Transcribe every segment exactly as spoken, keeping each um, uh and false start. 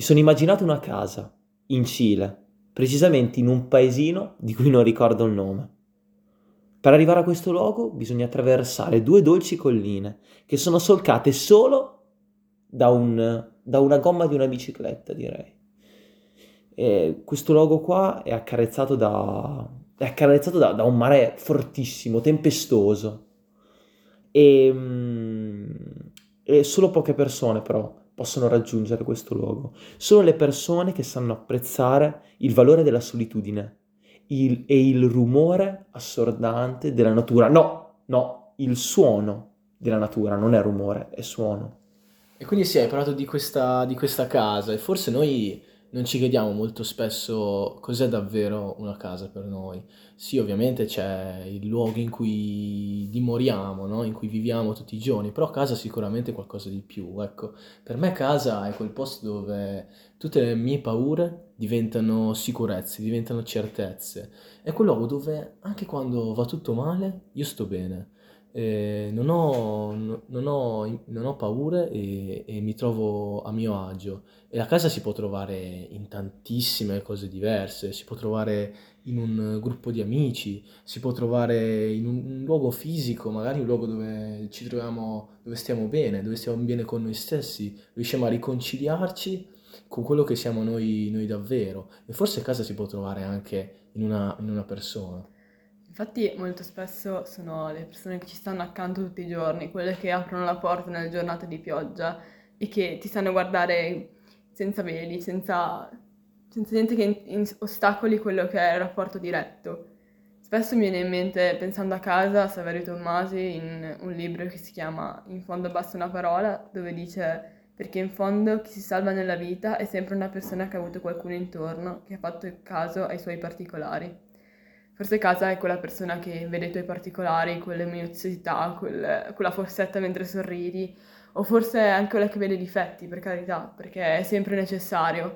Mi sono immaginato una casa in Cile, precisamente in un paesino di cui non ricordo il nome. Per arrivare a questo luogo bisogna attraversare due dolci colline che sono solcate solo da, un, da una gomma di una bicicletta, direi. E questo luogo qua è accarezzato da, è accarezzato da, da un mare fortissimo, tempestoso. E, mm, e solo poche persone però possono raggiungere questo luogo. Solo le persone che sanno apprezzare il valore della solitudine il- e il rumore assordante della natura. No, no, il suono della natura, non è rumore, è suono. E quindi sì, hai parlato di questa, di questa casa e forse noi non ci chiediamo molto spesso cos'è davvero una casa per noi. Sì, ovviamente c'è il luogo in cui dimoriamo, no? In cui viviamo tutti i giorni, però casa sicuramente è qualcosa di più. Ecco, per me casa è quel posto dove tutte le mie paure diventano sicurezze, diventano certezze. È quel luogo dove anche quando va tutto male, io sto bene. Eh, non ho, no- non ho- non ho paure e, e mi trovo a mio agio. E la casa si può trovare in tantissime cose diverse, si può trovare in un gruppo di amici, si può trovare in un, un luogo fisico, magari un luogo dove ci troviamo, dove stiamo bene, dove stiamo bene con noi stessi, riusciamo a riconciliarci con quello che siamo noi, noi davvero. E forse casa si può trovare anche in una, in una persona. Infatti molto spesso sono le persone che ci stanno accanto tutti i giorni, quelle che aprono la porta nelle giornate di pioggia e che ti sanno guardare senza veli, senza, senza niente che in- in- ostacoli quello che è il rapporto diretto. Spesso mi viene in mente, pensando a casa, Saverio Tommasi in un libro che si chiama In fondo basta una parola, dove dice perché in fondo chi si salva nella vita è sempre una persona che ha avuto qualcuno intorno, che ha fatto caso ai suoi particolari. Forse casa è quella persona che vede i tuoi particolari, quelle minuziosità, quel- quella fossetta mentre sorridi, o forse è anche quella che vede i difetti, per carità, perché è sempre necessario.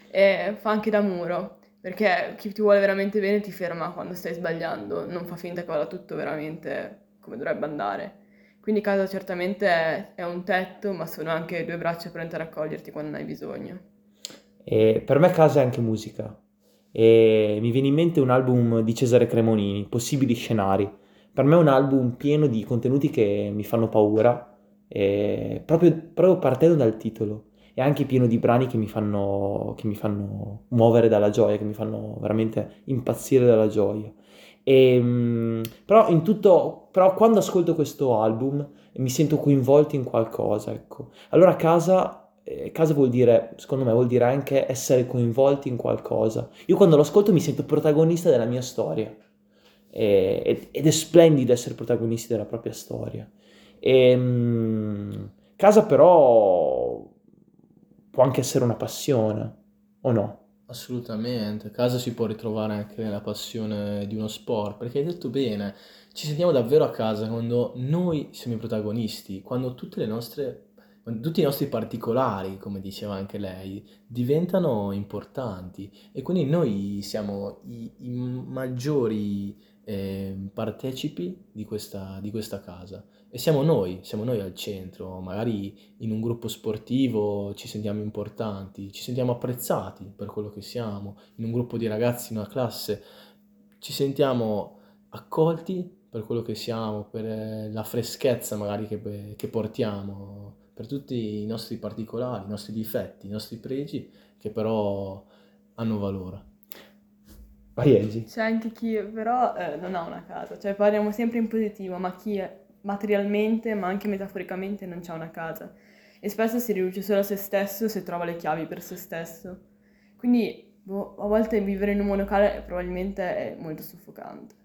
E fa anche da muro, perché chi ti vuole veramente bene ti ferma quando stai sbagliando, non fa finta che vada tutto veramente come dovrebbe andare. Quindi casa certamente è, è un tetto, ma sono anche due braccia pronte a raccoglierti quando ne hai bisogno. E per me casa è anche musica. E mi viene in mente un album di Cesare Cremonini, Possibili scenari. Per me è un album pieno di contenuti che mi fanno paura, e proprio, proprio partendo dal titolo. E anche pieno di brani che mi fanno, che mi fanno muovere dalla gioia, che mi fanno veramente impazzire dalla gioia. E, mm, però in tutto, però quando ascolto questo album mi sento coinvolto in qualcosa, ecco. Allora casa, eh, casa vuol dire, secondo me, vuol dire anche essere coinvolti in qualcosa. Io quando lo ascolto mi sento protagonista della mia storia. E- ed, ed è splendido essere protagonisti della propria storia. E, mm, casa però può anche essere una passione, o no? Assolutamente, a casa si può ritrovare anche la passione di uno sport, perché hai detto bene, ci sentiamo davvero a casa quando noi siamo i protagonisti, quando tutte le nostre, quando tutti i nostri particolari, come diceva anche lei, diventano importanti e quindi noi siamo i, i maggiori eh, partecipi di questa, di questa casa e siamo noi, siamo noi al centro, magari in un gruppo sportivo ci sentiamo importanti, ci sentiamo apprezzati per quello che siamo, in un gruppo di ragazzi, in una classe, ci sentiamo accolti per quello che siamo, per eh, la freschezza magari che, che portiamo, per tutti i nostri particolari, i nostri difetti, i nostri pregi, che però hanno valore. Vai Angie. C'è anche chi però eh, non ha una casa, cioè parliamo sempre in positivo, ma chi è materialmente, ma anche metaforicamente non c'ha una casa e spesso si riduce solo a se stesso se trova le chiavi per se stesso. Quindi boh, a volte vivere in un monocale probabilmente è molto soffocante.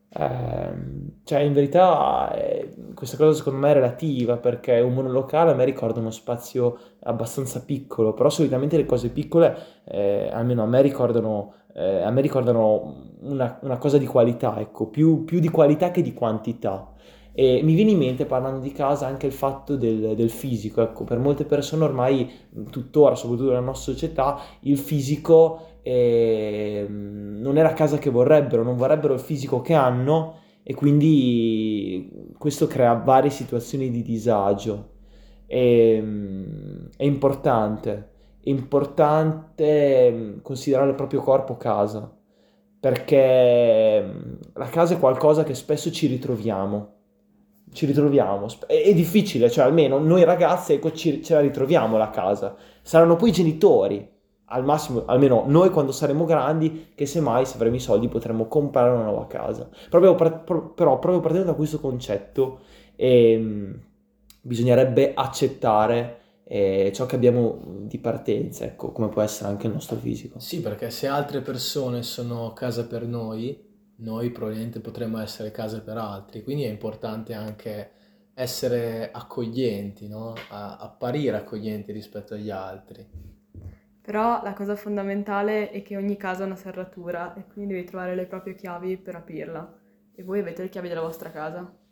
Ehm, cioè, in verità, eh, questa cosa secondo me è relativa perché un monolocale a me ricorda uno spazio abbastanza piccolo, però solitamente le cose piccole, eh, almeno a me ricordano, eh, a me ricordano una, una cosa di qualità, ecco, più, più di qualità che di quantità. E mi viene in mente, parlando di casa, anche il fatto del, del fisico, ecco, per molte persone ormai, tuttora, soprattutto nella nostra società, il fisico e mm, non è la casa che vorrebbero, non vorrebbero il fisico che hanno e quindi questo crea varie situazioni di disagio. E, mm, è importante è importante mh, considerare il proprio corpo casa, perché mh, la casa è qualcosa che spesso ci ritroviamo. Ci ritroviamo, Sp- è, è difficile, cioè almeno noi ragazzi, ecco, ci, ce la ritroviamo la casa. Saranno poi i genitori, al massimo, almeno noi quando saremo grandi, che semmai se avremo i soldi potremo comprare una nuova casa. Proprio par- pro- però, proprio partendo da questo concetto, ehm, bisognerebbe accettare eh, ciò che abbiamo di partenza, ecco, come può essere anche il nostro fisico. Sì, perché se altre persone sono casa per noi, noi probabilmente potremmo essere casa per altri, quindi è importante anche essere accoglienti, no? A- apparire accoglienti rispetto agli altri. Però la cosa fondamentale è che ogni casa ha una serratura e quindi devi trovare le proprie chiavi per aprirla. E voi avete le chiavi della vostra casa?